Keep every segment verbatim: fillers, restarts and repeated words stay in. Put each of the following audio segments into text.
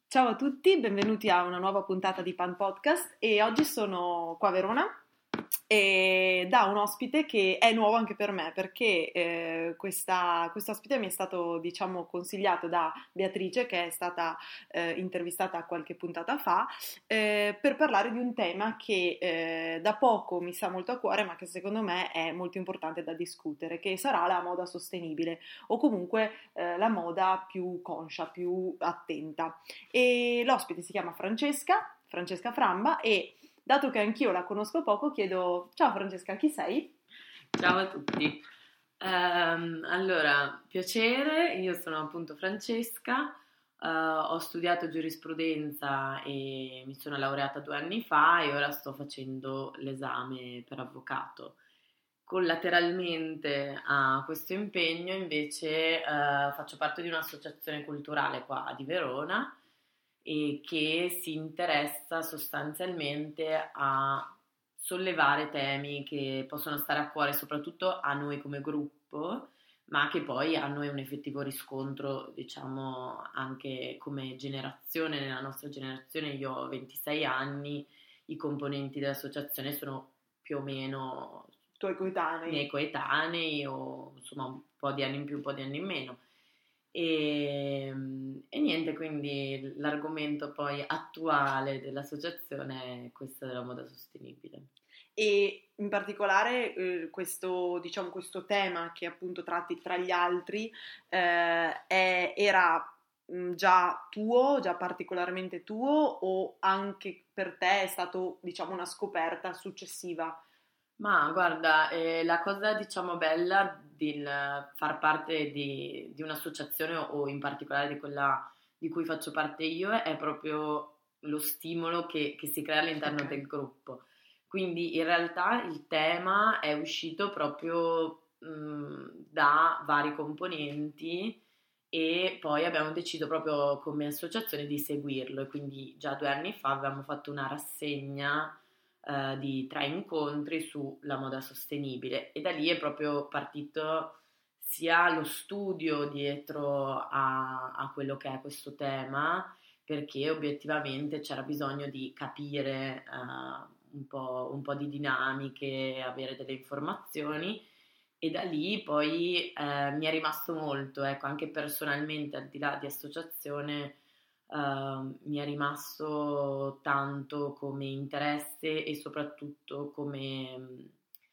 Ciao a tutti, benvenuti a una nuova puntata di Pan Podcast e oggi sono qua a Verona e da un ospite che è nuovo anche per me perché eh, questa, questo ospite mi è stato diciamo consigliato da Beatrice che è stata eh, intervistata qualche puntata fa eh, per parlare di un tema che eh, da poco mi sta molto a cuore ma che secondo me è molto importante da discutere, che sarà la moda sostenibile o comunque eh, la moda più conscia, più attenta. E l'ospite si chiama Francesca, Francesca Framba e dato che anch'io la conosco poco chiedo, ciao Francesca, chi sei? Ciao a tutti. Ehm, allora, piacere, io sono appunto Francesca, eh, ho studiato giurisprudenza e mi sono laureata due anni fa e ora sto facendo l'esame per avvocato. Collateralmente a questo impegno invece eh, faccio parte di un'associazione culturale qua di Verona e che si interessa sostanzialmente a sollevare temi che possono stare a cuore soprattutto a noi come gruppo, ma che poi hanno un effettivo riscontro, diciamo, anche come generazione. Nella nostra generazione, io ho ventisei anni, i componenti dell'associazione sono più o meno Tuoi coetanei. miei coetanei o insomma un po' di anni in più, un po' di anni in meno. E, e niente, quindi l'argomento poi attuale dell'associazione è questo della moda sostenibile. E in particolare eh, questo, diciamo, questo tema che appunto tratti tra gli altri eh, è- era mh, già tuo, già particolarmente tuo o anche per te è stato diciamo una scoperta successiva? Ma guarda, eh, la cosa diciamo bella del far parte di, di un'associazione o in particolare di quella di cui faccio parte io è proprio lo stimolo che, che si crea all'interno Ok. del gruppo. Quindi in realtà il tema è uscito proprio mh, da vari componenti e poi abbiamo deciso proprio come associazione di seguirlo e quindi già due anni fa avevamo fatto una rassegna eh, di tre incontri sulla moda sostenibile e da lì è proprio partito sia lo studio dietro a, a quello che è questo tema, perché obiettivamente c'era bisogno di capire eh, un po', un po' di dinamiche, avere delle informazioni e da lì poi eh, mi è rimasto molto, ecco, anche personalmente, al di là di associazione, eh, mi è rimasto tanto come interesse e soprattutto come mh,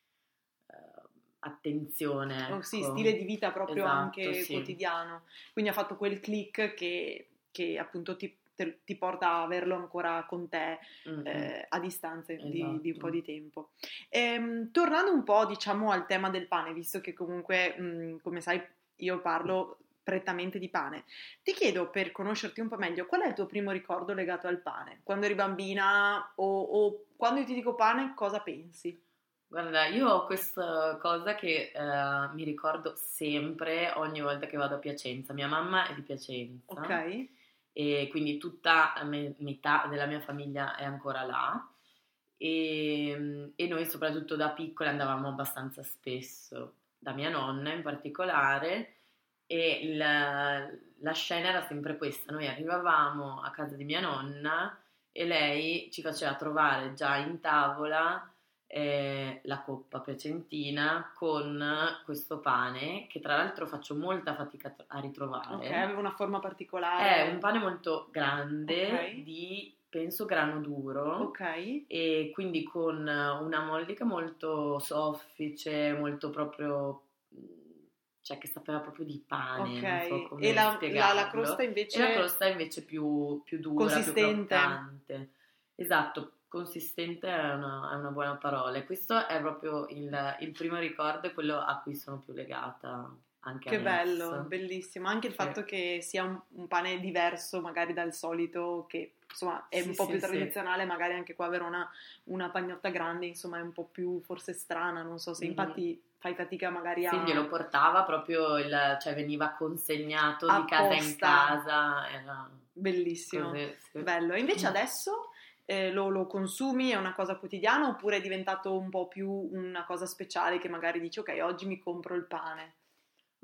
eh, attenzione, Oh, sì, ecco. stile di vita proprio Esatto, anche sì. quotidiano. Quindi ha fatto quel click che, che appunto ti, te- ti porta a averlo ancora con te Mm-mm, eh, a distanza di, di un po' esatto. di tempo. Ehm, tornando un po', diciamo, al tema del pane, visto che comunque, mh, come sai, io parlo prettamente di pane. Ti chiedo, per conoscerti un po' meglio, qual è il tuo primo ricordo legato al pane? Quando eri bambina o, o quando io ti dico pane, cosa pensi? Guarda, io ho questa cosa che eh, mi ricordo sempre ogni volta che vado a Piacenza. Mia mamma è di Ok? Piacenza e quindi tutta la me- metà della mia famiglia è ancora là e, e noi soprattutto da piccole andavamo abbastanza spesso, da mia nonna in particolare e il- la scena era sempre questa, noi arrivavamo a casa di mia nonna e lei ci faceva trovare già in tavola eh, la coppa piacentina con questo pane che tra l'altro faccio molta fatica a Ok, ritrovare. aveva una forma È un particolare. pane molto Ok, grande di, penso, grano duro ok, e quindi con una mollica molto soffice, molto proprio, cioè che sapeva proprio di ok. pane, non so E come la, la- la crosta spiegarlo, e la invece crosta invece più, più dura, più consistente. croccante. Esatto, consistente è una, è una buona parola. E questo è proprio il, il primo ricordo e quello a cui sono più legata anche Che bello, adesso. bellissimo. Anche il Sì, fatto che sia un, un pane diverso magari dal solito, che insomma è sì, un po' più sì, sì. tradizionale, magari anche qua a Verona una pagnotta grande, insomma è un po' più forse strana, non so se Mhm. infatti fai fatica magari Sì, a glielo portava proprio il, cioè veniva consegnato di casa in apposta. casa, era Bellissimo, così, sì. bello. E invece adesso eh, lo, lo consumi, è una cosa quotidiana oppure è diventato un po' più una cosa speciale che magari dici ok, oggi mi compro il pane?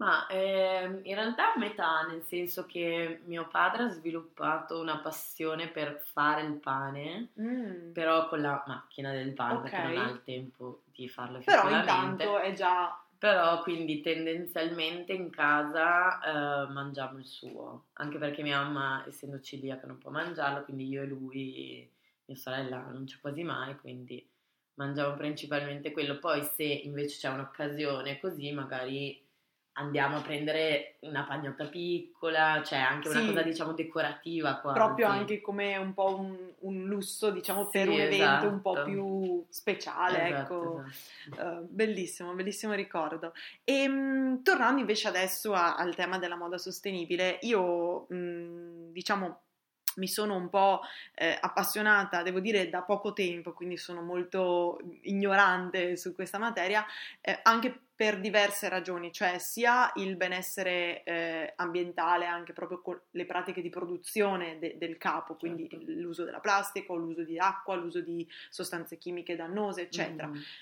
Ma ehm, in realtà a metà, nel senso che mio padre ha sviluppato una passione per fare il pane, Mm, però con la macchina del pane, ok, perché non ha il tempo di farlo però intanto effettivamente. è già... Però quindi tendenzialmente in casa eh, mangiamo il suo, anche perché mia mamma, essendo celiaca, non può mangiarlo, quindi io e lui, mia sorella non c'è quasi mai, quindi mangiamo principalmente quello. Poi se invece c'è un'occasione così, magari andiamo a prendere una pagnotta piccola, cioè anche una cosa Sì, diciamo decorativa proprio quasi. anche come un po' un, un lusso, diciamo, per Sì, un evento un po' esatto, più speciale, esatto, ecco. esatto. Eh, bellissimo, bellissimo ricordo. E mh, tornando invece adesso a- al tema della moda sostenibile, io, mh, diciamo, mi sono un po' eh, appassionata, devo dire, da poco tempo, quindi sono molto ignorante su questa materia, eh, anche per diverse ragioni, cioè sia il benessere eh, ambientale, anche proprio con le pratiche di produzione de- del capo, quindi Certo. l'uso della plastica, o l'uso di acqua, l'uso di sostanze chimiche dannose, eccetera. Mhm.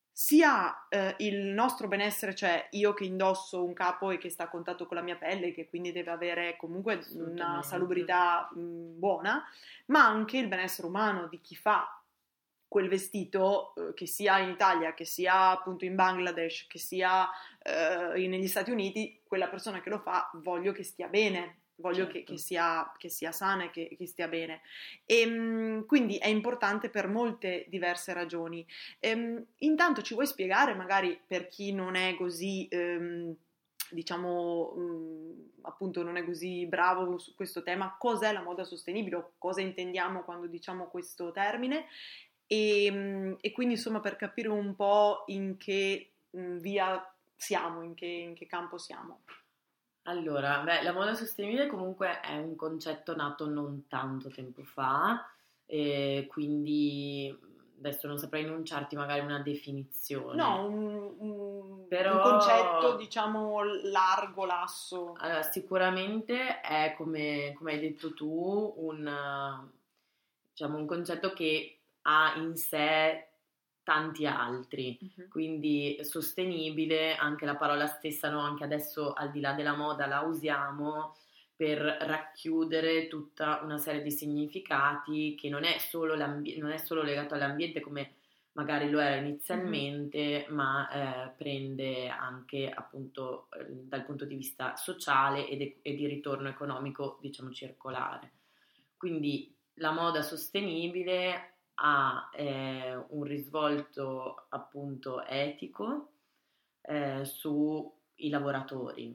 Sia eh, il nostro benessere, cioè io che indosso un capo e che sta a contatto con la mia pelle, che quindi deve avere comunque una Assolutamente. salubrità mh, buona, ma anche il benessere umano di chi fa quel vestito, eh, che sia in Italia, che sia appunto in Bangladesh, che sia eh, negli Stati Uniti, quella persona che lo fa voglio che stia bene, voglio che, che Certo. sia, che sia sana e che, che stia bene. E mh, quindi è importante per molte diverse ragioni. Ehm, intanto ci vuoi spiegare, magari per chi non è così, ehm, diciamo, mh, appunto non è così bravo su questo tema, cos'è la moda sostenibile o cosa intendiamo quando diciamo questo termine? E, mh, e quindi insomma per capire un po' in che mh, via siamo, in che, in che campo siamo. Allora, beh, la moda sostenibile comunque è un concetto nato non tanto tempo fa, e quindi adesso non saprei enunciarti magari una No, definizione, un, un- un concetto però diciamo largo, lasso. allora, sicuramente è come, come hai detto tu un, eh, diciamo, un concetto che ha in sé tanti altri, Mhm. quindi sostenibile, anche la parola stessa, no? Anche adesso al di là della moda la usiamo per racchiudere tutta una serie di significati che non è solo, l'ambi- non è solo legato all'ambiente come magari lo era Mhm. inizialmente, ma eh, prende anche appunto eh, dal punto di vista sociale ed e, e di ritorno economico, diciamo, circolare. Quindi la moda sostenibile ha eh, un risvolto appunto etico eh, sui lavoratori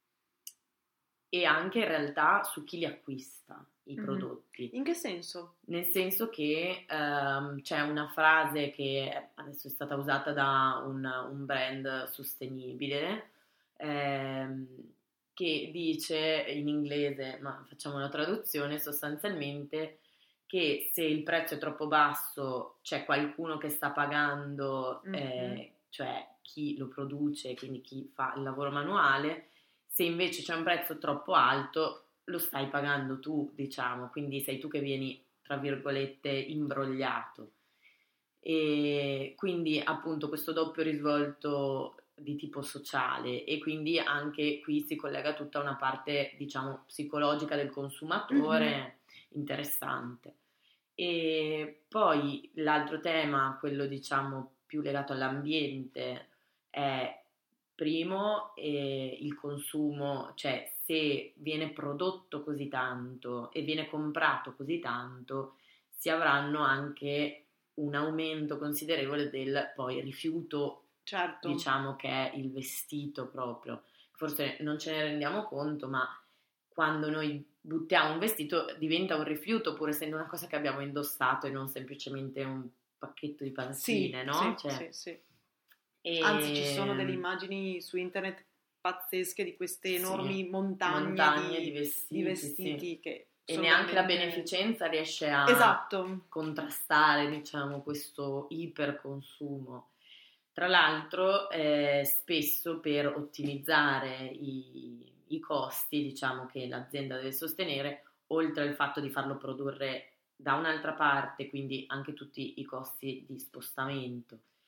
e anche in realtà su chi li acquista i Mhm. prodotti. In che senso? Nel senso che ehm, c'è una frase che adesso è stata usata da un, un brand sostenibile ehm, che dice in inglese, ma facciamo una traduzione, sostanzialmente che se il prezzo è troppo basso c'è qualcuno che sta pagando, Mhm. eh, cioè chi lo produce, quindi chi fa il lavoro manuale, se invece c'è un prezzo troppo alto lo stai pagando tu, diciamo, quindi sei tu che vieni, tra virgolette, imbrogliato. E quindi appunto questo doppio risvolto di tipo sociale e quindi anche qui si collega tutta una parte, diciamo, psicologica del Mhm. consumatore interessante. E poi l'altro tema, quello diciamo più legato all'ambiente, è primo eh, il consumo, cioè se viene prodotto così tanto e viene comprato così tanto, si avranno anche un aumento considerevole del poi rifiuto, Certo. diciamo che è il vestito proprio. Forse non ce ne rendiamo conto, ma quando noi buttiamo un vestito diventa un rifiuto pur essendo una cosa che abbiamo indossato e non semplicemente un pacchetto di Sì, pancine, no? sì, Cioè, sì, sì. Anzi, ci sono delle e immagini su internet pazzesche di queste sì, enormi montagne montagne di di, di vestiti, sì. vestiti che E sono neanche la veramente... beneficenza riesce a Esatto. contrastare, diciamo, questo iperconsumo. Tra l'altro, eh, spesso per ottimizzare i, i costi, diciamo, che l'azienda deve sostenere, oltre al fatto di farlo produrre da un'altra parte, quindi anche tutti i costi di spostamento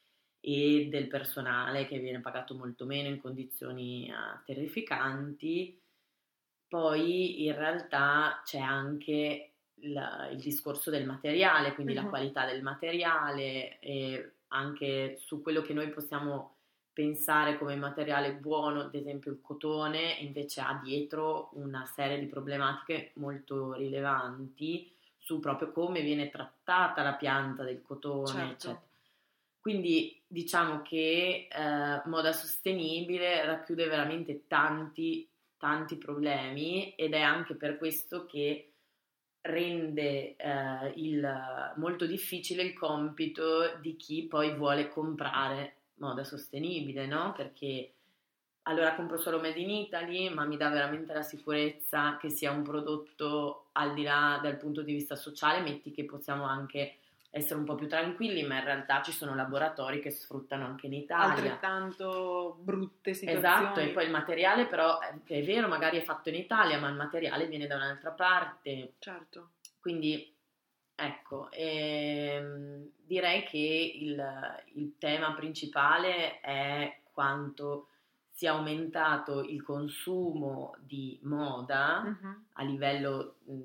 e del personale che viene pagato molto meno in condizioni eh, terrificanti. Poi in realtà c'è anche il, il discorso del materiale, quindi uh-huh. la qualità del materiale e anche su quello che noi possiamo pensare come materiale buono, ad esempio il cotone, invece ha dietro una serie di problematiche molto rilevanti su proprio come viene trattata la pianta del cotone, certo. eccetera. Quindi diciamo che eh, moda sostenibile racchiude veramente tanti, tanti problemi ed è anche per questo che rende eh, il, molto difficile il compito di chi poi vuole comprare moda sostenibile, no? Perché allora compro solo Made in Italy, ma mi dà veramente la sicurezza che sia un prodotto al di là dal punto di vista sociale, metti che possiamo anche essere un po' più tranquilli, ma in realtà ci sono laboratori che sfruttano anche in Italia. Altrettanto brutte situazioni. Esatto, e poi il materiale però, è vero, magari è fatto in Italia, ma il materiale viene da un'altra parte. Certo. Quindi, ecco, ehm, direi che il, il tema principale è quanto sia aumentato il consumo di moda uh-huh. a livello mh,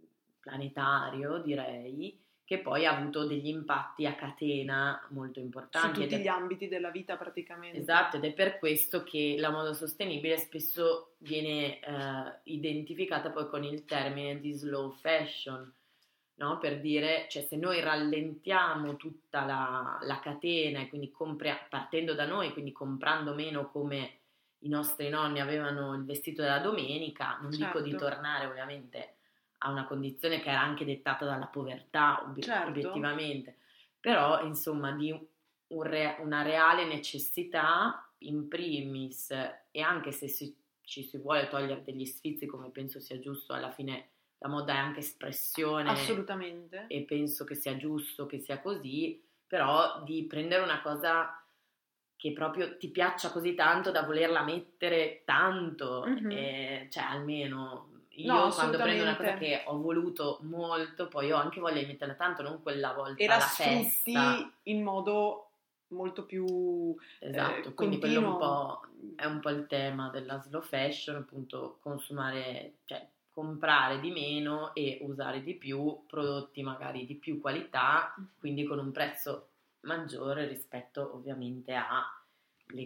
planetario, direi, che poi ha avuto degli impatti a catena molto importanti. Su tutti è, gli ambiti della vita praticamente. Esatto, ed è per questo che la moda sostenibile spesso viene eh, identificata poi con il termine di slow fashion, no? Per dire, cioè se noi rallentiamo tutta la, la catena e quindi compri- partendo da noi, quindi comprando meno come i nostri nonni avevano il vestito della domenica, non certo. dico di tornare ovviamente a una condizione che era anche dettata dalla povertà, ob- certo. obiettivamente, però insomma di un re- una reale necessità in primis, e anche se si, ci si vuole togliere degli sfizi, come penso sia giusto, alla fine la moda è anche espressione. Assolutamente. E penso che sia giusto che sia così, però di prendere una cosa che proprio ti piaccia così tanto da volerla mettere tanto, mm-hmm. e, cioè almeno io no, quando prendo una cosa che ho voluto molto, poi ho anche voglia di metterla tanto, non quella volta e la alla sfrutti festa. In modo molto più esatto, eh, quindi continuo. quello un po' è un po' il tema della slow fashion, appunto consumare, cioè comprare di meno e usare di più prodotti magari di più qualità, quindi con un prezzo maggiore rispetto ovviamente alle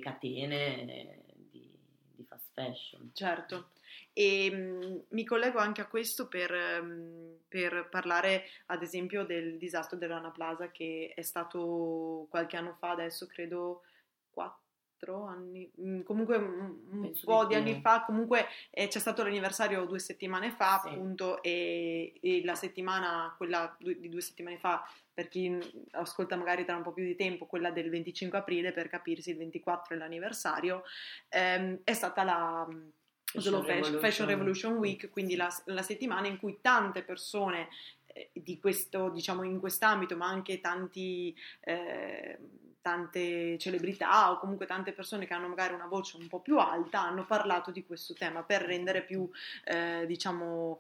catene di, di fast fashion. Certo. E mh, mi collego anche a questo per, mh, per parlare ad esempio del disastro del Rana Plaza che è stato qualche anno fa, adesso credo quattro anni, mh, comunque un, un po' di, di anni fa, comunque eh, c'è stato l'anniversario due settimane fa sì. appunto e, e la settimana, quella di due settimane fa, per chi ascolta magari tra un po' più di tempo, quella del venticinque aprile, per capirsi il ventiquattro è l'anniversario, ehm, è stata la Fashion Revolution. Fashion Revolution Week, quindi la, la settimana in cui tante persone eh, di questo, diciamo, in quest'ambito, ma anche tanti, eh, tante celebrità o comunque tante persone che hanno magari una voce un po' più alta hanno parlato di questo tema per rendere più, eh, diciamo,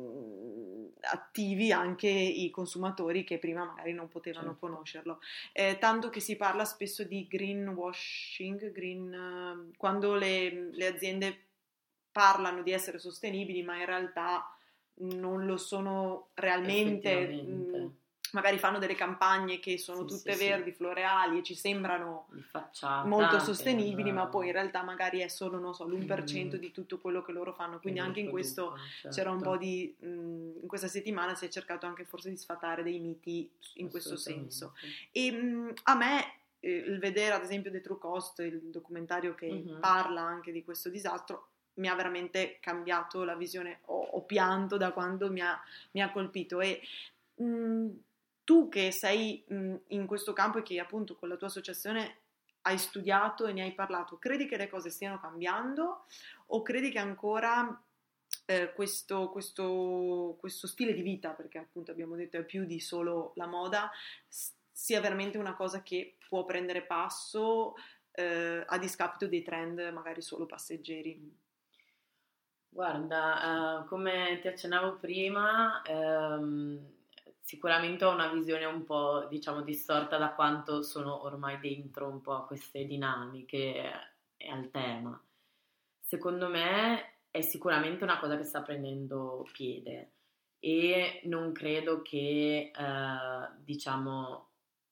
mh, attivi anche i consumatori che prima magari non potevano certo. conoscerlo. Eh, tanto che si parla spesso di greenwashing, green, uh, quando le, le aziende parlano di essere sostenibili ma in realtà non lo sono realmente, mh, magari fanno delle campagne che sono sì, tutte sì, verdi, sì. floreali e ci sembrano facciata, molto sostenibili per... ma poi in realtà magari è solo, non so, l'uno per cento mm. di tutto quello che loro fanno, quindi anche in questo certo. c'era un po' di, mh, in questa settimana si è cercato anche forse di sfatare dei miti in questo senso e mh, a me eh, il vedere ad esempio The True Cost, il documentario che mm-hmm. parla anche di questo disastro, mi ha veramente cambiato la visione, ho, ho pianto da quando mi ha, mi ha colpito e mh, tu che sei mh, in questo campo e che appunto con la tua associazione hai studiato e ne hai parlato, credi che le cose stiano cambiando o credi che ancora eh, questo, questo, questo stile di vita, perché appunto abbiamo detto è più di solo la moda, sia veramente una cosa che può prendere passo eh, a discapito dei trend magari solo passeggeri? Guarda, uh, come ti accennavo prima, um, sicuramente ho una visione un po', diciamo, distorta da quanto sono ormai dentro un po' a queste dinamiche e al tema. Secondo me è sicuramente una cosa che sta prendendo piede e non credo che, eh, diciamo,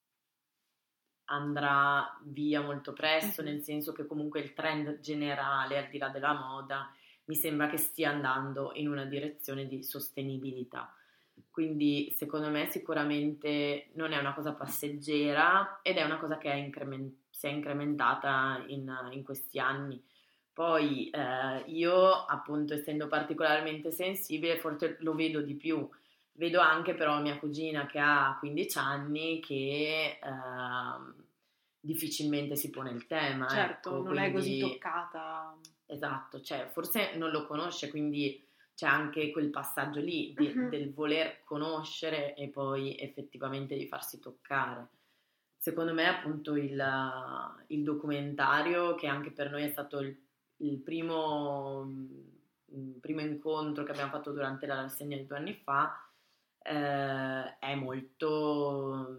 andrà via molto presto, Mhm. nel senso che comunque il trend generale, al di là della moda, mi sembra che stia andando in una direzione di sostenibilità. Quindi secondo me sicuramente non è una cosa passeggera ed è una cosa che è incremen- si è incrementata in, in questi anni. Poi eh, io, appunto, essendo particolarmente sensibile, forse lo vedo di più. Vedo anche però mia cugina che ha quindici anni che ehm, difficilmente si pone il tema, Certo, ecco, non è così quindi toccata. esatto, cioè forse non lo conosce, quindi c'è anche quel passaggio lì di- Mhm. del voler conoscere e poi effettivamente di farsi toccare. Secondo me, appunto, il, il documentario, che anche per noi è stato il, il primo, il primo incontro che abbiamo fatto durante la rassegna di due anni fa, eh, è molto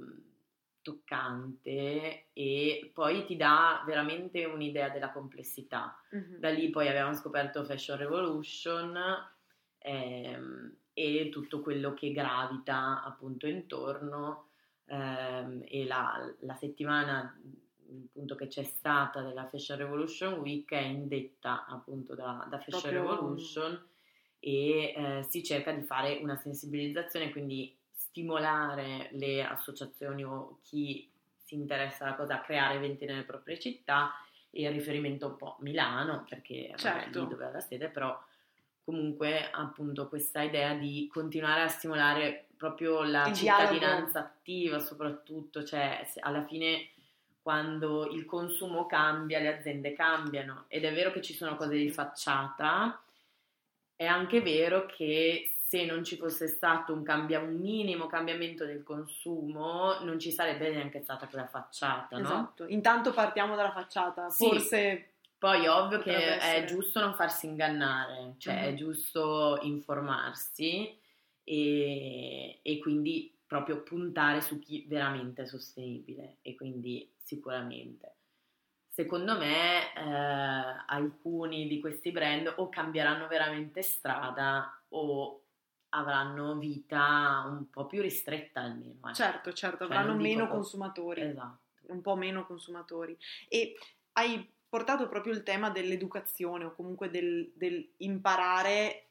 toccante e poi ti dà veramente un'idea della complessità. Mhm. Da lì poi abbiamo scoperto Fashion Revolution ehm, e tutto quello che gravita appunto intorno ehm, e la, la settimana appunto che c'è stata della Fashion Revolution Week è indetta appunto da, da Fashion Proprio Revolution e eh, si cerca di fare una sensibilizzazione, quindi stimolare le associazioni o chi si interessa alla cosa a creare eventi nelle proprie città e il riferimento un po' Milano, perché vabbè, lì certo, dove è la sede, però comunque appunto questa idea di continuare a stimolare proprio la il dialogo. cittadinanza attiva soprattutto, cioè se- alla fine quando il consumo cambia le aziende cambiano ed è vero che ci sono cose di facciata, è anche vero che se non ci fosse stato un, cambia- un minimo cambiamento del consumo non ci sarebbe neanche stata quella facciata, no? Esatto, intanto partiamo dalla facciata, Sì, forse poi ovvio potrebbe che è essere. giusto non farsi ingannare, cioè è Mhm. giusto informarsi e, e quindi proprio puntare su chi veramente è sostenibile e quindi sicuramente. Secondo me eh, alcuni di questi brand o cambieranno veramente strada o avranno vita un po' più ristretta almeno, ecco. Certo, certo, Cioè avranno non dico meno po- consumatori, esatto. un po' meno consumatori. E hai portato proprio il tema dell'educazione o comunque del, del imparare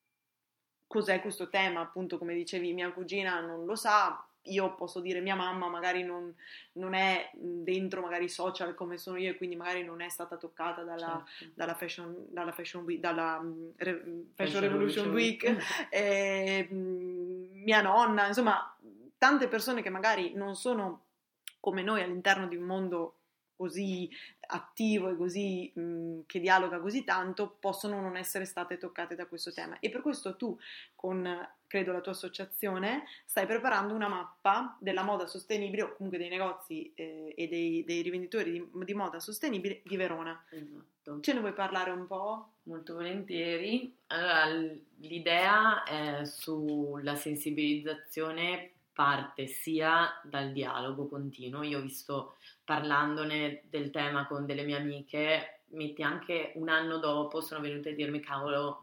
cos'è questo tema, appunto come dicevi, mia cugina non lo sa, io posso dire mia mamma magari non, non è dentro magari i social come sono io e quindi magari non è stata toccata dalla, Certo. dalla fashion, dalla fashion week, dalla mm, re- Fashion Fashion Revolution Revolution Week. Week, e, mm, mia nonna, insomma, tante persone che magari non sono come noi all'interno di un mondo così attivo e così mh, che dialoga così tanto possono non essere state toccate da questo tema e per questo tu con credo la tua associazione stai preparando una mappa della moda sostenibile o comunque dei negozi eh, e dei, dei rivenditori di, di moda sostenibile di Verona. Esatto. Ce ne vuoi parlare un po'? Molto volentieri. Allora, l- l'idea è sulla sensibilizzazione parte sia dal dialogo continuo. Io ho visto parlandone del tema con delle mie amiche, metti anche un anno dopo sono venute a dirmi cavolo,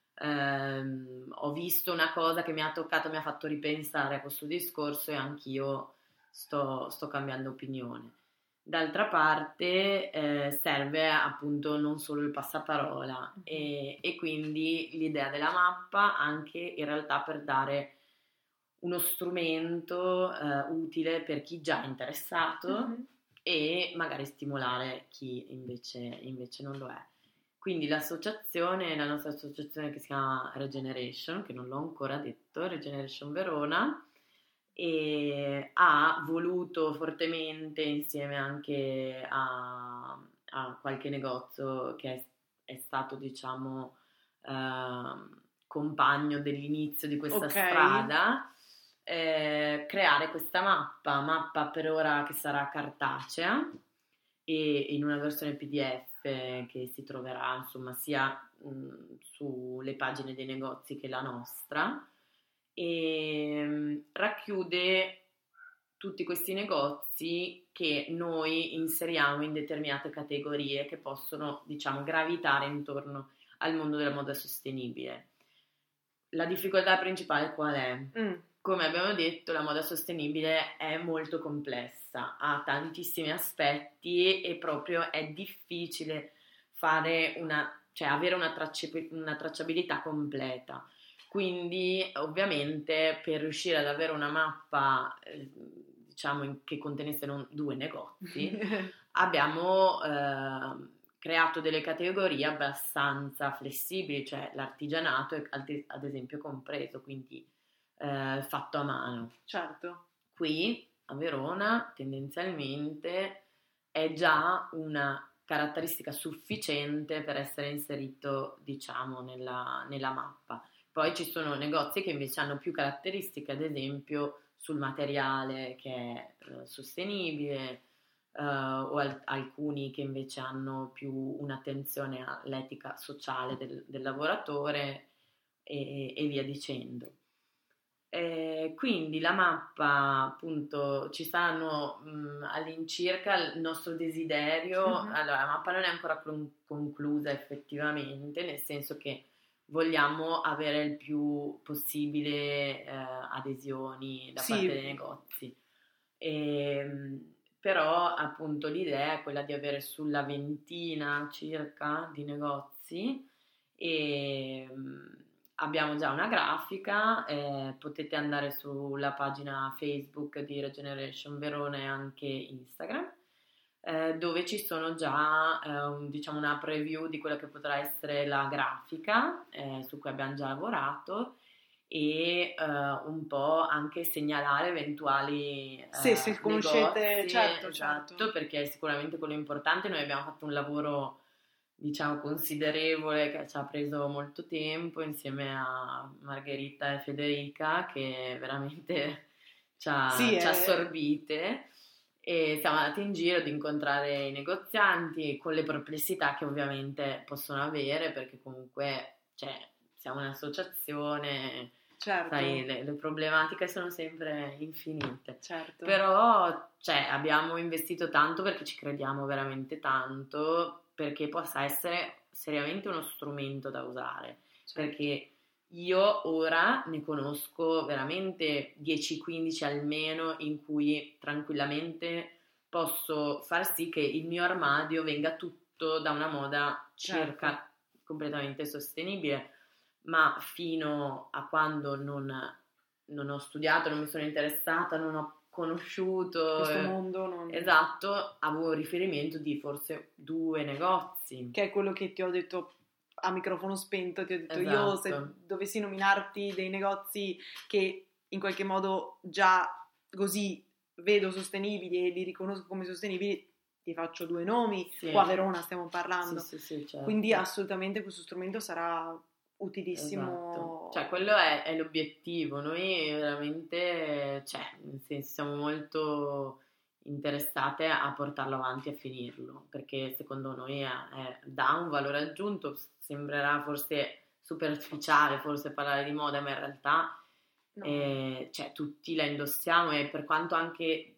ehm, ho visto una cosa che mi ha toccato, mi ha fatto ripensare a questo discorso e anch'io sto, sto cambiando opinione. D'altra parte eh, serve appunto non solo il passaparola Mhm. e, e quindi l'idea della mappa anche in realtà per dare uno strumento eh, utile per chi già è interessato Mhm. e magari stimolare chi invece, invece non lo è. Quindi l'associazione, la nostra associazione che si chiama Regeneration, che non l'ho ancora detto, Regeneration Verona, e ha voluto fortemente, insieme anche a, a qualche negozio che è, è stato, diciamo, eh, compagno dell'inizio di questa Ok, strada, eh, creare questa mappa, mappa per ora che sarà cartacea e in una versione P D F che si troverà insomma sia mh, sulle pagine dei negozi che la nostra e mh, racchiude tutti questi negozi che noi inseriamo in determinate categorie che possono, diciamo, gravitare intorno al mondo della moda sostenibile. La difficoltà principale qual è? Mm. Come abbiamo detto, la moda sostenibile è molto complessa, ha tantissimi aspetti e proprio è difficile fare una, cioè avere una, tracci- una tracciabilità completa. Quindi, ovviamente, per riuscire ad avere una mappa, eh, diciamo, in- che contenesse non due negozi, abbiamo eh, creato delle categorie abbastanza flessibili, cioè l'artigianato è ad ad esempio compreso, quindi eh, fatto a mano. Certo. Qui a Verona tendenzialmente è già una caratteristica sufficiente per essere inserito, diciamo, nella, nella mappa. Poi ci sono negozi che invece hanno più caratteristiche, ad esempio sul materiale che è eh, sostenibile, eh, o al- alcuni che invece hanno più un'attenzione all'etica sociale del, del lavoratore e, e via dicendo. Eh, quindi la mappa, appunto, ci saranno mh, all'incirca il nostro desiderio. Mhm. Allora, la mappa non è ancora con- conclusa effettivamente, nel senso che vogliamo avere il più possibile eh, adesioni da Sì. parte dei negozi. Ehm, però appunto l'idea è quella di avere sulla ventina circa di negozi e mm, abbiamo già una grafica, eh, potete andare sulla pagina Facebook di Regeneration Verona e anche Instagram, eh, dove ci sono già eh, un- diciamo una preview di quella che potrà essere la grafica eh, su cui abbiamo già lavorato e eh, un po' anche segnalare eventuali eh, Sì, se conoscete, negozi, certo, esatto, certo. perché è sicuramente quello importante. Noi abbiamo fatto un lavoro, diciamo, considerevole che ci ha preso molto tempo insieme a Margherita e Federica che veramente ci ha, Sì, ci ha è... assorbite e siamo andati in giro ad incontrare i negozianti con le perplessità che ovviamente possono avere perché comunque cioè, siamo un'associazione, certo, sai, le, le problematiche sono sempre infinite. certo. Però cioè, abbiamo investito tanto perché ci crediamo veramente tanto, perché possa essere seriamente uno strumento da usare. Certo. Perché io ora ne conosco veramente dieci quindici almeno in cui tranquillamente posso far sì che il mio armadio venga tutto da una moda circa Certo. completamente sostenibile, ma fino a quando non, non ho studiato, non mi sono interessata, non ho conosciuto Questo eh, mondo non... esatto, avevo riferimento di forse due negozi. Che è quello che ti ho detto a microfono spento, ti ho detto io se Esatto. dovessi nominarti dei negozi che in qualche modo già così vedo sostenibili e li riconosco come sostenibili, ti faccio due nomi, Sì. qua a Verona stiamo parlando, Sì, sì, sì, certo. quindi assolutamente questo strumento sarà utilissimo. Esatto. Cioè quello è, è l'obiettivo, noi veramente, cioè, nel senso, siamo molto interessate a portarlo avanti e a finirlo, perché secondo noi è, è- dà un valore aggiunto, sembrerà forse superficiale, forse parlare di moda, ma in realtà No. eh, cioè, tutti la indossiamo e per quanto anche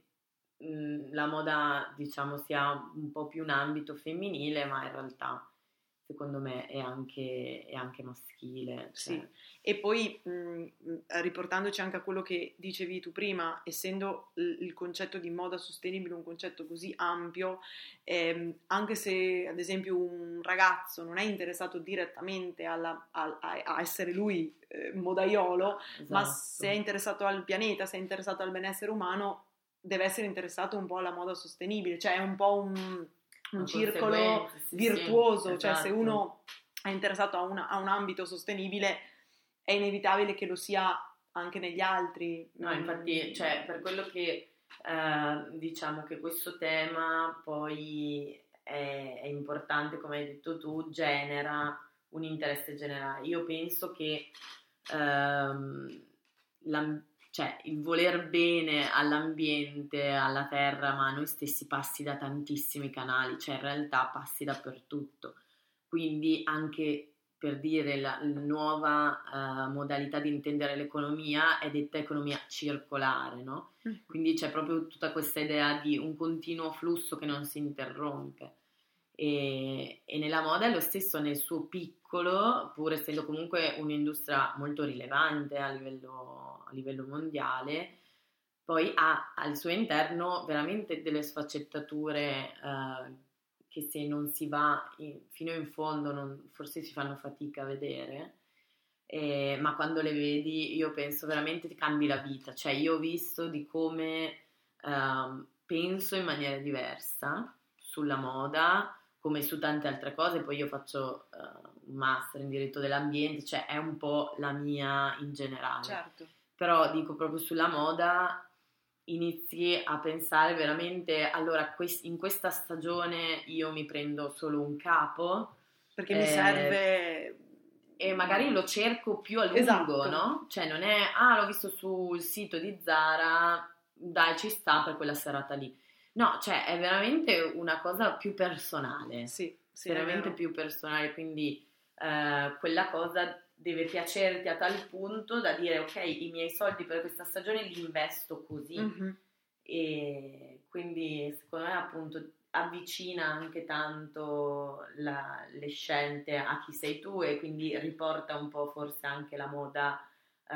mh, la moda, diciamo, sia un po' più un ambito femminile, ma in realtà secondo me è anche, è anche maschile. Cioè. Sì, e poi mh, riportandoci anche a quello che dicevi tu prima, essendo il, il concetto di moda sostenibile un concetto così ampio, ehm, anche se ad esempio un ragazzo non è interessato direttamente alla- a, a- a essere lui eh, modaiolo, ma Esatto. se è interessato al pianeta, se è interessato al benessere umano, deve essere interessato un po' alla moda sostenibile, cioè è un po' un, un Una circolo conseguenza, sì, virtuoso, sì, cioè se esatto. uno è interessato a, una- a un ambito sostenibile è inevitabile che lo sia anche negli altri. No, infatti, cioè, per quello che eh, diciamo che questo tema poi è, è importante, come hai detto tu, genera un interesse generale. Io penso che ehm, la- cioè, il voler bene all'ambiente, alla terra, ma a noi stessi passi da tantissimi canali, cioè in realtà passi dappertutto. Quindi anche per dire la, la nuova uh, modalità di intendere l'economia è detta economia circolare, no? Mm. Quindi c'è proprio tutta questa idea di un continuo flusso che non si interrompe. E, e nella moda è lo stesso nel suo piccolo, pur essendo comunque un'industria molto rilevante a livello, a livello mondiale, poi ha al suo interno veramente delle sfaccettature eh, che se non si va in, fino in fondo non, forse si fanno fatica a vedere, eh, ma quando le vedi io penso veramente ti cambi la vita. Cioè io ho visto di come eh, penso in maniera diversa sulla moda, come su tante altre cose. Poi io faccio uh, un master in diritto dell'ambiente, cioè è un po' la mia in generale. Certo. Però dico proprio sulla moda inizi a pensare veramente, allora quest- in questa stagione io mi prendo solo un capo. Perché eh, mi serve... E magari lo cerco più a lungo, esatto. No? Cioè non è, ah l'ho visto sul sito di Zara, dai ci sta per quella serata lì. No, cioè è veramente una cosa più personale, sì, sì, veramente più personale, quindi eh, quella cosa deve piacerti a tal punto da dire ok, i miei soldi per questa stagione li investo così, mm-hmm. E quindi secondo me appunto avvicina anche tanto la, le scelte a chi sei tu e quindi riporta un po' forse anche la moda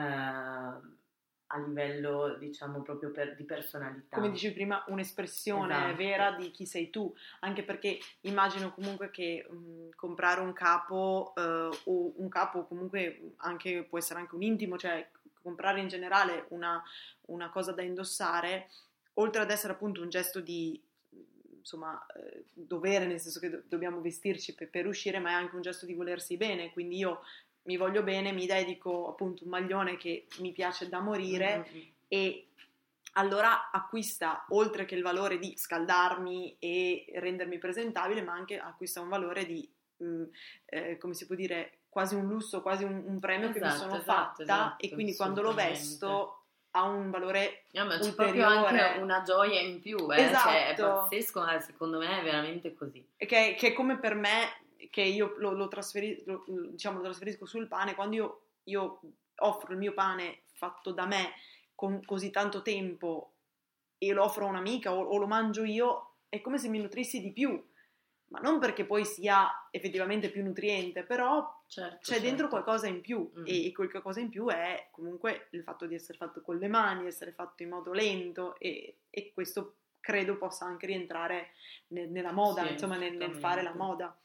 eh, a livello diciamo proprio per, di personalità. Come dicevi prima, un'espressione esatto. vera di chi sei tu, anche perché immagino comunque che mh, comprare un capo eh, o un capo comunque anche può essere anche un intimo, cioè comprare in generale una, una cosa da indossare, oltre ad essere appunto un gesto di insomma eh, dovere, nel senso che do- dobbiamo vestirci per, per uscire, ma è anche un gesto di volersi bene, quindi io mi voglio bene, mi dedico appunto un maglione che mi piace da morire mm-hmm. e allora acquista oltre che il valore di scaldarmi e rendermi presentabile, ma anche acquista un valore di mh, eh, come si può dire, quasi un lusso, quasi un, un premio esatto, che mi sono esatto, fatta esatto, e quindi quando lo vesto ha un valore no, ma c'è ulteriore. Proprio anche una gioia in più, eh? Esatto. Cioè, è pazzesco, ma secondo me è veramente così. Che, che è come per me che io lo, lo, trasferi, lo, diciamo, lo trasferisco sul pane, quando io, io offro il mio pane fatto da me con così tanto tempo e lo offro a un'amica o, o lo mangio io, è come se mi nutrissi di più, ma non perché poi sia effettivamente più nutriente, però certo, c'è certo. dentro qualcosa in più mm. e, e quel qualcosa in più è comunque il fatto di essere fatto con le mani, essere fatto in modo lento e, e questo credo possa anche rientrare nel, nella moda, sì, insomma nel, nel fare la moda.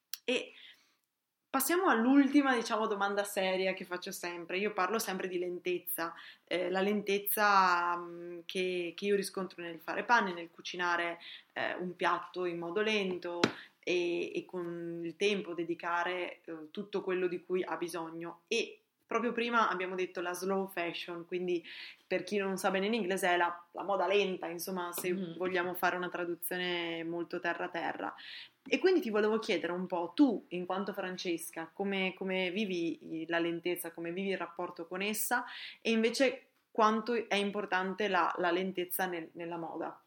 E passiamo all'ultima, diciamo, domanda seria che faccio sempre. Io parlo sempre di lentezza, eh, la lentezza mh, che, che io riscontro nel fare pane, nel cucinare eh, un piatto in modo lento e, e con il tempo dedicare eh, tutto quello di cui ha bisogno. E proprio prima abbiamo detto la slow fashion, quindi per chi non sa bene in inglese è la, la moda lenta, insomma, se mm. vogliamo fare una traduzione molto terra terra. E quindi ti volevo chiedere un po', tu in quanto Francesca, come, come vivi la lentezza, come vivi il rapporto con essa e invece quanto è importante la, la lentezza nel, nella moda?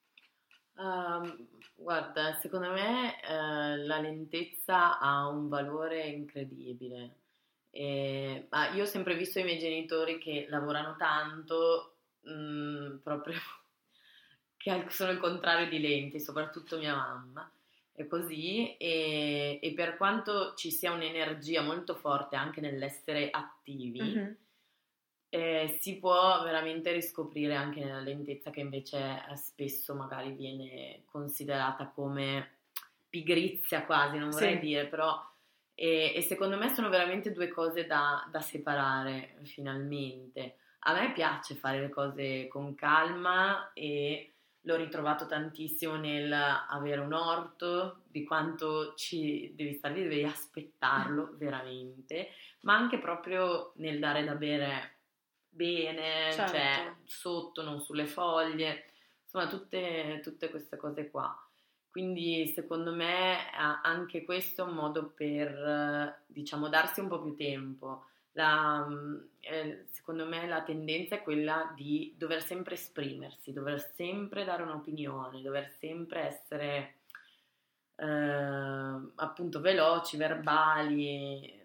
Um, guarda, secondo me uh, la lentezza ha un valore incredibile. E, ma io ho sempre visto i miei genitori che lavorano tanto, mh, proprio che sono il contrario di lenti, soprattutto mia mamma. È così e, e per quanto ci sia un'energia molto forte anche nell'essere attivi, mm-hmm. eh, si può veramente riscoprire anche nella lentezza che invece eh, spesso magari viene considerata come pigrizia quasi, non vorrei sì. dire, però e, e secondo me sono veramente due cose da, da separare finalmente. A me piace fare le cose con calma e l'ho ritrovato tantissimo nel avere un orto, di quanto ci devi stare lì, devi aspettarlo veramente, ma anche proprio nel dare da bere bene, certo. Cioè sotto, non sulle foglie, insomma tutte, tutte queste cose qua. Quindi secondo me anche questo è un modo per, diciamo, darsi un po' più tempo. La, eh, secondo me la tendenza è quella di dover sempre esprimersi, dover sempre dare un'opinione, dover sempre essere eh, appunto veloci, verbali,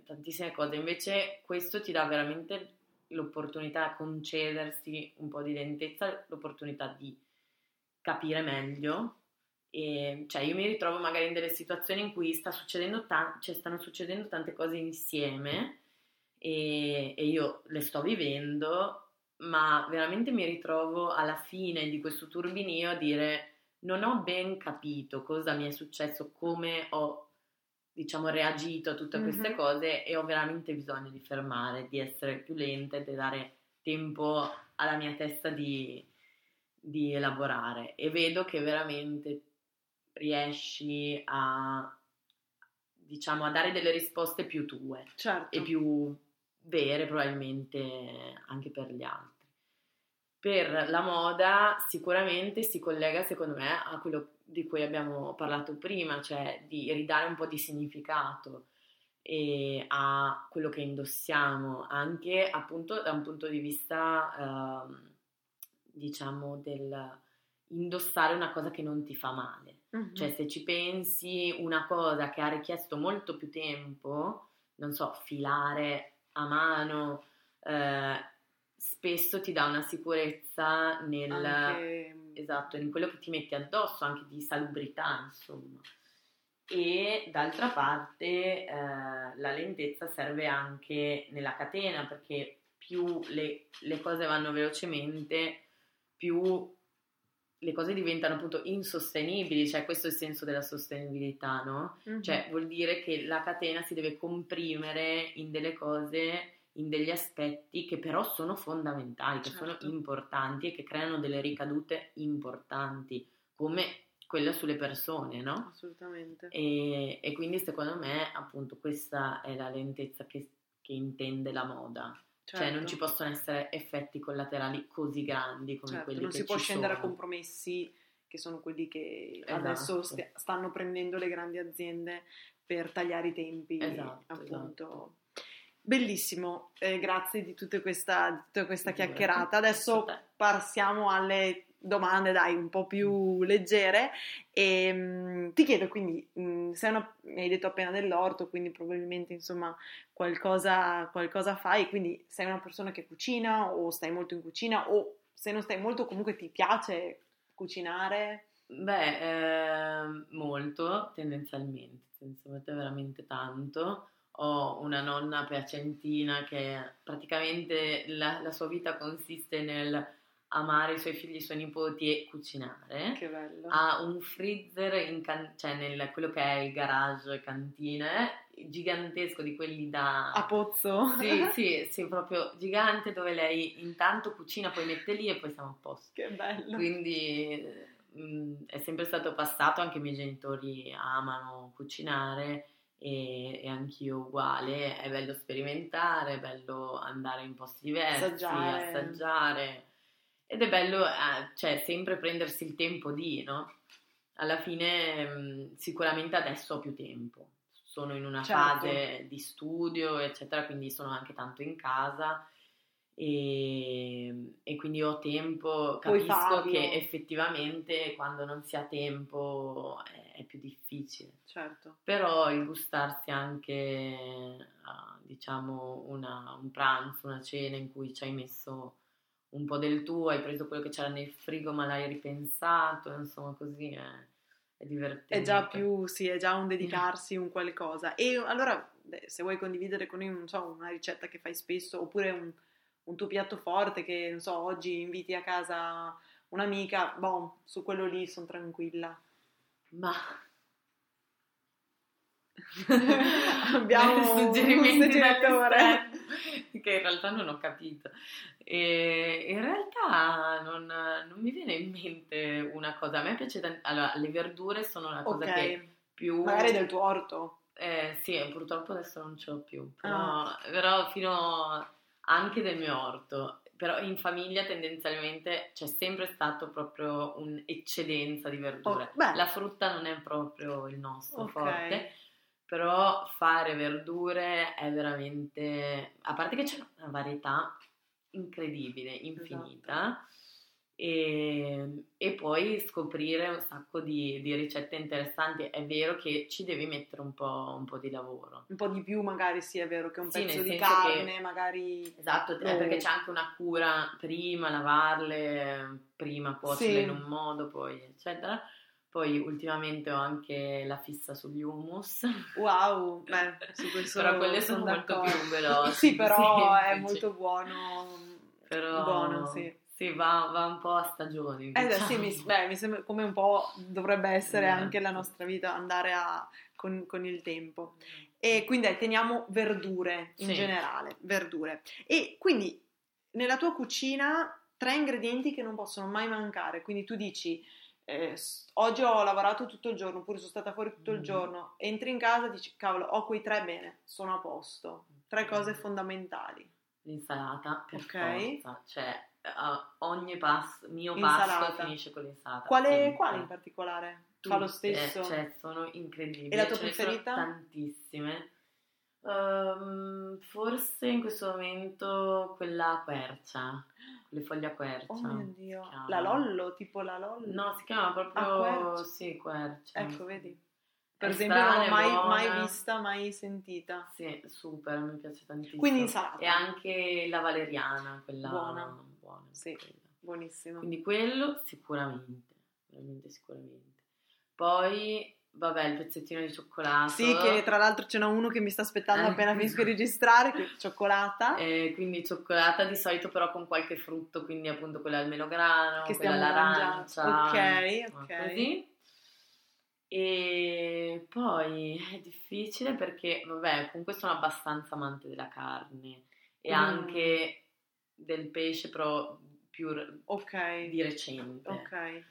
tantissime cose, invece questo ti dà veramente l'opportunità, concedersi un po' di lentezza, l'opportunità di capire meglio. E, cioè io mi ritrovo magari in delle situazioni in cui sta succedendo ta- cioè stanno succedendo tante cose insieme e, e io le sto vivendo, ma veramente mi ritrovo alla fine di questo turbinio a dire non ho ben capito cosa mi è successo, come ho diciamo reagito a tutte queste Mhm. cose e ho veramente bisogno di fermare, di essere più lenta e di dare tempo alla mia testa di, di elaborare, e vedo che veramente riesci a diciamo a dare delle risposte più tue e Certo. più vere probabilmente anche per gli altri. Per la moda sicuramente si collega secondo me a quello di cui abbiamo parlato prima, cioè di ridare un po' di significato e a quello che indossiamo, anche appunto da un punto di vista ehm, diciamo del indossare una cosa che non ti fa male. Mhm. Cioè se ci pensi, una cosa che ha richiesto molto più tempo, non so, filare a mano, eh, spesso ti dà una sicurezza nel, Anche esatto, in quello che ti metti addosso, anche di salubrità, insomma. E d'altra parte eh, la lentezza serve anche nella catena, perché più le, le cose vanno velocemente, più le cose diventano appunto insostenibili, cioè questo è il senso della sostenibilità, no? Mhm. Cioè vuol dire che la catena si deve comprimere in delle cose, in degli aspetti che però sono fondamentali, che Certo. sono importanti e che creano delle ricadute importanti, come quella sulle persone, no? Assolutamente. E, e quindi secondo me appunto questa è la lentezza che, che intende la moda. Certo. Cioè non ci possono essere effetti collaterali così grandi come Certo, quelli non che si può ci scendere a sono. compromessi che sono quelli che Esatto. adesso st- stanno prendendo le grandi aziende per tagliare i tempi, Esatto, appunto. esatto. Bellissimo, eh, grazie di tutta questa, di tutta questa Figurati, chiacchierata. Adesso grazie a te. passiamo alle domande, dai, un po' più leggere. E, mh, ti chiedo quindi, mh, sei una, mi hai detto appena dell'orto, quindi probabilmente insomma qualcosa, qualcosa fai, quindi sei una persona che cucina o stai molto in cucina o se non stai molto comunque ti piace cucinare? Beh, eh, molto, tendenzialmente, tendenzialmente veramente tanto. Ho una nonna piacentina che praticamente la, la sua vita consiste nel amare i suoi figli e i suoi nipoti e cucinare. Che bello. Ha un freezer in can- cioè nel quello che è il garage cantina gigantesco, di quelli da A pozzo? sì, sì, sì, proprio gigante, dove lei intanto cucina, poi mette lì e poi siamo a posto. Che bello. Quindi mh, è sempre stato passato, anche i miei genitori amano cucinare e, e anch'io uguale. È bello sperimentare, è bello andare in posti diversi, Assaggiare. assaggiare, ed è bello, eh, cioè, sempre prendersi il tempo di, no? Alla fine mh, sicuramente adesso ho più tempo, sono in una Certo. fase di studio, eccetera, quindi sono anche tanto in casa e, e quindi ho tempo, Puoi capisco farlo. che effettivamente quando non si ha tempo è, è più difficile, Certo. però il gustarsi anche, a, diciamo, una, un pranzo, una cena in cui ci hai messo un po' del tuo, hai preso quello che c'era nel frigo ma l'hai ripensato, insomma così è, è divertente. È già più, sì, è già un dedicarsi, un qualcosa. E allora, beh, se vuoi condividere con noi, non so, una ricetta che fai spesso, oppure un, un tuo piatto forte che, non so, oggi inviti a casa un'amica, boh, su quello lì sono tranquilla. Ma Abbiamo un suggerimenti suggeritore. dall'esterno che in realtà non ho capito. E in realtà non, non mi viene in mente una cosa. A me piace tant- allora, le verdure sono la cosa Ok, che più magari del tuo orto. eh, sì, purtroppo adesso non ce l'ho più, però, Ah. però fino anche del mio orto. Però in famiglia tendenzialmente c'è sempre stato proprio un'eccedenza di verdure. Oh, beh. La frutta non è proprio il nostro Ok. forte, però fare verdure è veramente, a parte che c'è una varietà incredibile, infinita, e, e poi scoprire un sacco di, di ricette interessanti. È vero che ci devi mettere un po', un po' di lavoro. Un po' di più magari, sì, è vero che un Sì, pezzo nel di senso carne, che- magari... Esatto, lo- eh, perché c'è anche una cura prima, lavarle, prima cuocerle Sì. in un modo, poi eccetera. Poi ultimamente ho anche la fissa sugli hummus. Wow, beh, su questo Però quelle sono sono molto d'accordo. più veloci, Sì, più però è semplici. molto buono, buono, Però sì. sì, va, va un po' a stagioni, Eh beh, sì, diciamo. mi, beh, mi sembra come un po' dovrebbe essere anche la Esatto. nostra vita, andare a- con, con il tempo. E quindi eh, teniamo verdure in Sì. generale, verdure. E quindi nella tua cucina tre ingredienti che non possono mai mancare. Quindi tu dici, eh, s- oggi ho lavorato tutto il giorno, oppure sono stata fuori tutto il Mhm. giorno, entri in casa e dici, cavolo, ho quei tre, bene, sono a posto. Tre cose fondamentali. L'insalata, per Ok. forza. Cioè, a- ogni pasto, mio Insalata. pasto finisce con l'insalata. Quale, sempre. quale in particolare? Fa lo Tutte, stesso? cioè, sono incredibili. E la tua Ce ne sono preferita? tantissime. Ehm, forse in questo momento quella quercia, le foglie a quercia. Oh mio si Dio, chiama. la Lollo, tipo la Lollo? No, si chiama Ah, proprio, quercia. sì, quercia. Ecco, vedi. Per È esempio non l'ho strana, è mai, mai buona. vista, mai sentita. Sì, super, mi piace tantissimo. Quindi insalata. E anche la valeriana, quella Buona. buona. Sì, quella. buonissima. Quindi quello sicuramente, veramente sicuramente. Poi, vabbè, il pezzettino di cioccolato. Sì, che tra l'altro ce n'è uno che mi sta aspettando Eh, appena finisco di registrare, che è cioccolata. Eh, quindi cioccolata di solito però con qualche frutto, quindi appunto quella al melograno, Che quella stiamo all'arancia, mangiando. Ok, insomma, ok. così. E poi è difficile perché, vabbè, comunque sono abbastanza amante della carne e Mm. anche del pesce, però più r- Ok. di recente. Ok.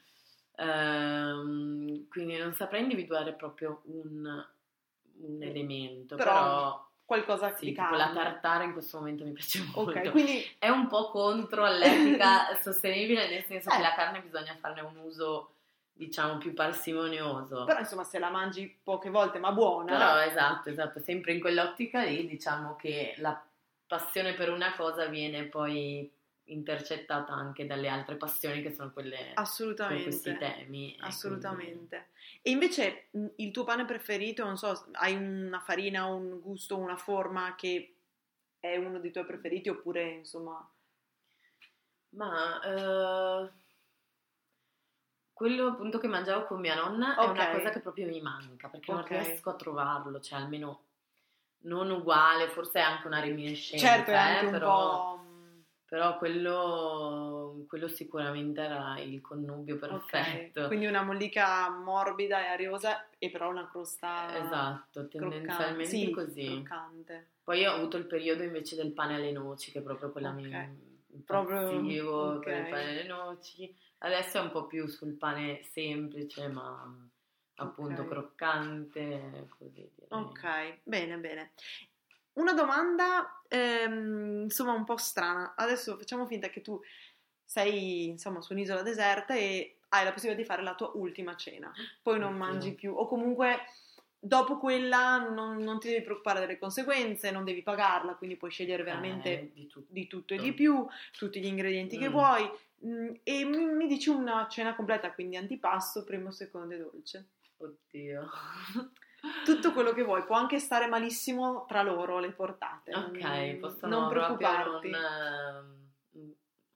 Ehm, quindi non saprei individuare proprio un, un elemento, Però però, qualcosa sì, di tipo la carne. tartara in questo momento mi piace molto. Ok, quindi È un po' contro all'etica sostenibile, nel senso Eh. che la carne bisogna farne un uso, diciamo, più parsimonioso. però insomma se la mangi poche volte ma buona. Però esatto, esatto, sempre in quell'ottica lì, diciamo che la passione per una cosa viene poi intercettata anche dalle altre passioni che sono quelle su questi Assolutamente. temi. e Assolutamente. E invece mh, il tuo pane preferito, non so, hai una farina, un gusto, una forma che è uno dei tuoi preferiti oppure insomma... quindi- Ma eh, quello appunto che mangiavo con mia nonna è Ok. una cosa che proprio mi manca, perché Ok. non riesco a trovarlo, cioè almeno non uguale, forse è anche una reminiscenza, Certo, è anche eh, un però... po'... mh, Però quello, quello sicuramente era il connubio Ok, perfetto. quindi una mollica morbida e ariosa e però una crosta Esatto, croccante. tendenzialmente Sì, così. croccante. Poi ho avuto il periodo invece del pane alle noci, che proprio quella mi Ok. Proprio, impazzivo ok. per il pane alle noci. Adesso è un po' più sul pane semplice, ma appunto Ok. croccante, così direi. Ok, bene, bene. Una domanda, ehm, insomma, un po' strana. Adesso facciamo finta che tu sei, insomma, su un'isola deserta e hai la possibilità di fare la tua ultima cena. Poi non Oddio. mangi più, o comunque dopo quella non, non ti devi preoccupare delle conseguenze, non devi pagarla, quindi puoi scegliere veramente Eh, di tutto. di tutto e di più, tutti gli ingredienti che Mm. vuoi. Mm, e mi, mi dici una cena completa, quindi antipasto, primo, secondo e dolce. Oddio. Tutto quello che vuoi, può anche stare malissimo tra loro le portate. Ok, non, possono non proprio preoccuparti. non... ehm,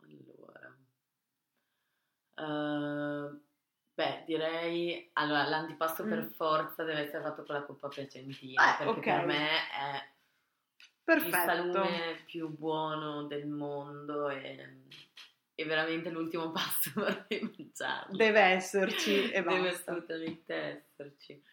allora... Eh, beh, direi... Allora, l'antipasto per Mm. forza deve essere fatto con la coppa piacentina, Eh, perché ok. per me è il Perfetto. salume più buono del mondo e, e veramente l'ultimo pasto vorrei mangiarlo. Deve esserci e Deve basta. assolutamente esserci.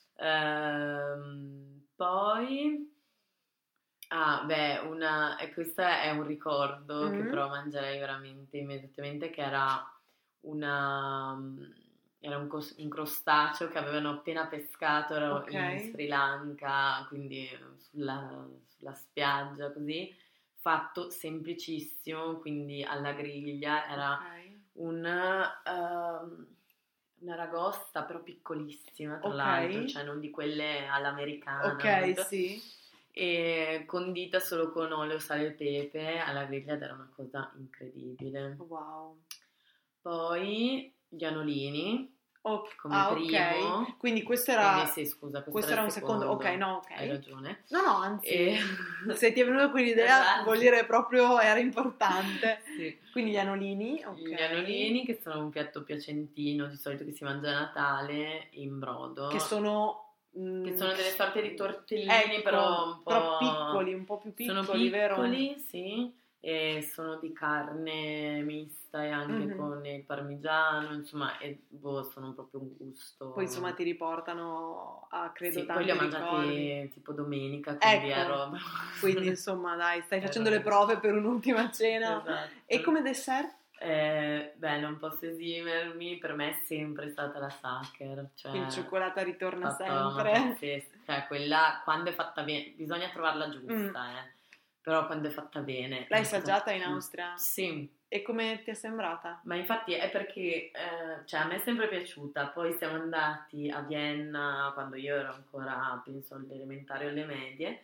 Ehm, poi... Ah, beh, una, e questo è un ricordo che Mm. però mangerei veramente immediatamente, che era una, era un, cos- un crostaceo che avevano appena pescato, ero Ok. in Sri Lanka, quindi sulla, sulla spiaggia, così, fatto semplicissimo, quindi alla griglia, era Ok. un, ehm, una ragosta però piccolissima, tra Ok. l'altro, cioè non di quelle all'americana, Ok, molto- sì. e condita solo con olio, sale e pepe alla griglia ed era una cosa incredibile. Wow. Poi gli anolini. Oh, come ah, primo. Ok, quindi questo era, Quindi sì, scusa, questo, questo era era il un secondo. Ok, no, ok. Hai ragione. No, no, anzi, E... se ti è venuta quell'idea Esatto. vuol dire proprio era importante. Sì. Quindi gli anolini, ok. Gli anolini, che sono un piatto piacentino, di solito che si mangia a Natale, in brodo. Che sono... mm, Che sono delle sorte di tortellini, ecco, però un po'... però piccoli, un po' più Sono piccoli, vero? piccoli, sì, e sono di carne mista e anche Mhm. con il parmigiano, insomma, e boh, sono proprio un gusto. Poi insomma ti riportano a credo Sì, poi tanti li ho ricordi. mangiati tipo domenica, quindi Ecco, ero... quindi insomma dai, stai ero- facendo le prove per un'ultima cena. Esatto. E come dessert? Eh, beh, non posso esimermi, per me è sempre stata la Sacher, cioè Il cioccolata ritorna fatta una sempre. pazzesca, cioè quella quando è fatta bene, bisogna trovarla giusta, Mm. eh. Però quando è fatta bene. L'hai è una cosa- assaggiata in Austria? Sì, E come ti è sembrata? ma infatti è perché, eh, cioè a me è sempre piaciuta, poi siamo andati a Vienna quando io ero ancora, penso, alle elementari o alle medie,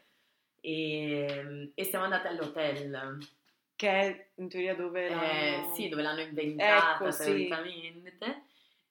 e, e siamo andati all'hotel. Che è in teoria dove Eh, l'hanno... sì, dove l'hanno inventata Ecco, sì. teoricamente.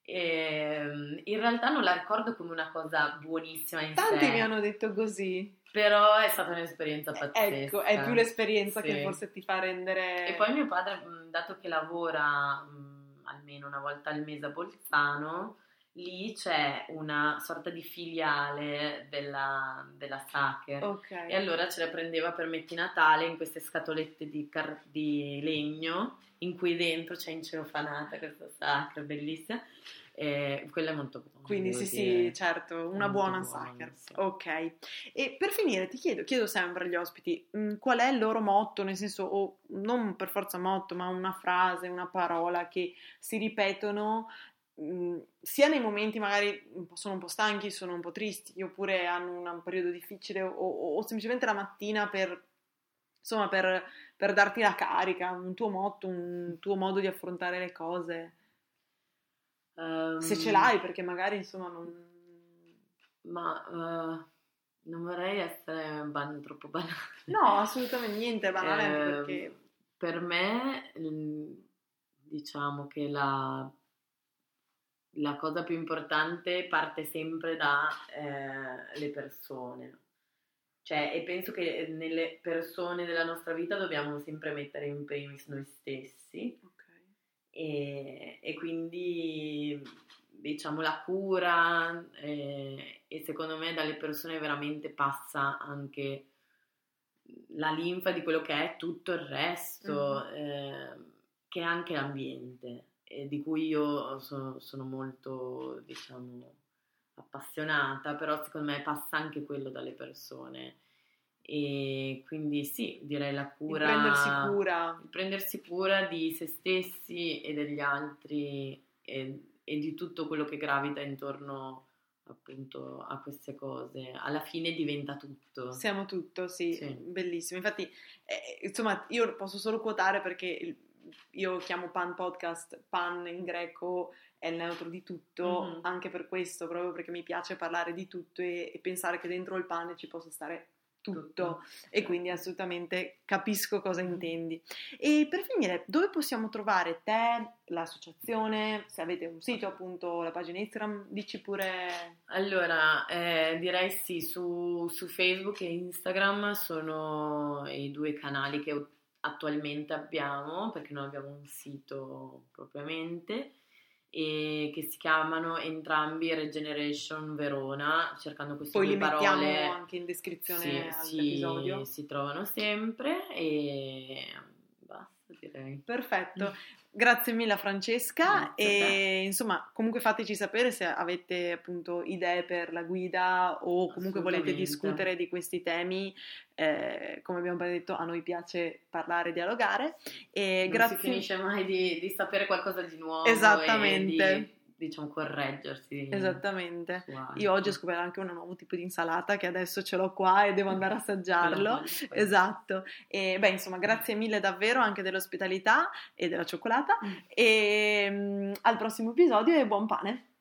E, in realtà non la ricordo come una cosa buonissima in Tanti sé, mi hanno detto così. però è stata un'esperienza pazzesca. Ecco, è più l'esperienza Sì. che forse ti fa rendere... E poi mio padre, mh, dato che lavora mh, almeno una volta al mese a Bolzano, lì c'è una sorta di filiale della, della Sacher. Ok. E allora ce la prendeva per metti Natale in queste scatolette di, car- di legno in cui dentro c'è inceofanata questa Sacher bellissima. E quella è molto buona. Quindi devo sì, dire. sì, certo, una Molto buona buona, Sacher. sì. Ok. E per finire ti chiedo, chiedo sempre agli ospiti, mh, qual è il loro motto, nel senso, o non per forza motto, ma una frase, una parola che si ripetono mh, sia nei momenti magari un po'- sono un po' stanchi, sono un po' tristi, oppure hanno un periodo difficile, o, o- o semplicemente la mattina per, insomma, per, per darti la carica, un tuo motto, un tuo modo di affrontare le cose. Ehm, Se ce l'hai, perché magari insomma non... Ma eh, non vorrei essere ban- troppo banale. No, assolutamente niente, è banale anche Ehm, perché... Per me, mm, diciamo che la, la cosa più importante parte sempre da eh, le persone. Cioè, e penso che nelle persone della nostra vita dobbiamo sempre mettere in primis noi stessi. Ok. E, e quindi diciamo la cura eh, e secondo me dalle persone veramente passa anche la linfa di quello che è tutto il resto, Mhm. eh, che è anche l'ambiente, e di cui io sono, sono molto, diciamo, appassionata, però secondo me passa anche quello dalle persone. E quindi sì, direi la Il cura, prendersi cura. il prendersi cura di se stessi e degli altri e, e di tutto quello che gravita intorno appunto a queste cose. Alla fine diventa tutto. Siamo tutto, sì, Sì. bellissimo. Infatti, eh, insomma, io posso solo quotare perché il- io chiamo Pan Podcast, Pan in greco è il neutro di tutto, Mhm. anche per questo, proprio perché mi piace parlare di tutto e, e pensare che dentro il pane ci possa stare tutto. Tutto. E quindi assolutamente capisco cosa intendi. E per finire, dove possiamo trovare te, l'associazione, se avete un sito appunto, la pagina Instagram, dici pure... Allora, eh, direi sì, su, su Facebook e Instagram sono i due canali che attualmente abbiamo, perché non abbiamo un sito propriamente, e che si chiamano entrambi Regeneration Verona, cercando queste Poi li due mettiamo parole. anche in descrizione Sì, all'episodio. si, si trovano sempre e basta, direi. Perfetto, grazie mille a Francesca Grazie a e insomma comunque fateci sapere se avete appunto idee per la guida o comunque volete Assolutamente. discutere di questi temi, eh, come abbiamo già detto a noi piace parlare e dialogare e Non grazie. si finisce mai di, di sapere qualcosa di nuovo Esattamente. e di, diciamo, correggersi. Esattamente. su altro. Io oggi ho scoperto anche un nuovo tipo di insalata che adesso ce l'ho qua e devo andare a assaggiarlo. Esatto. E beh, insomma, grazie mille davvero anche dell'ospitalità e della cioccolata. Mm. E mm, al prossimo episodio e buon pane.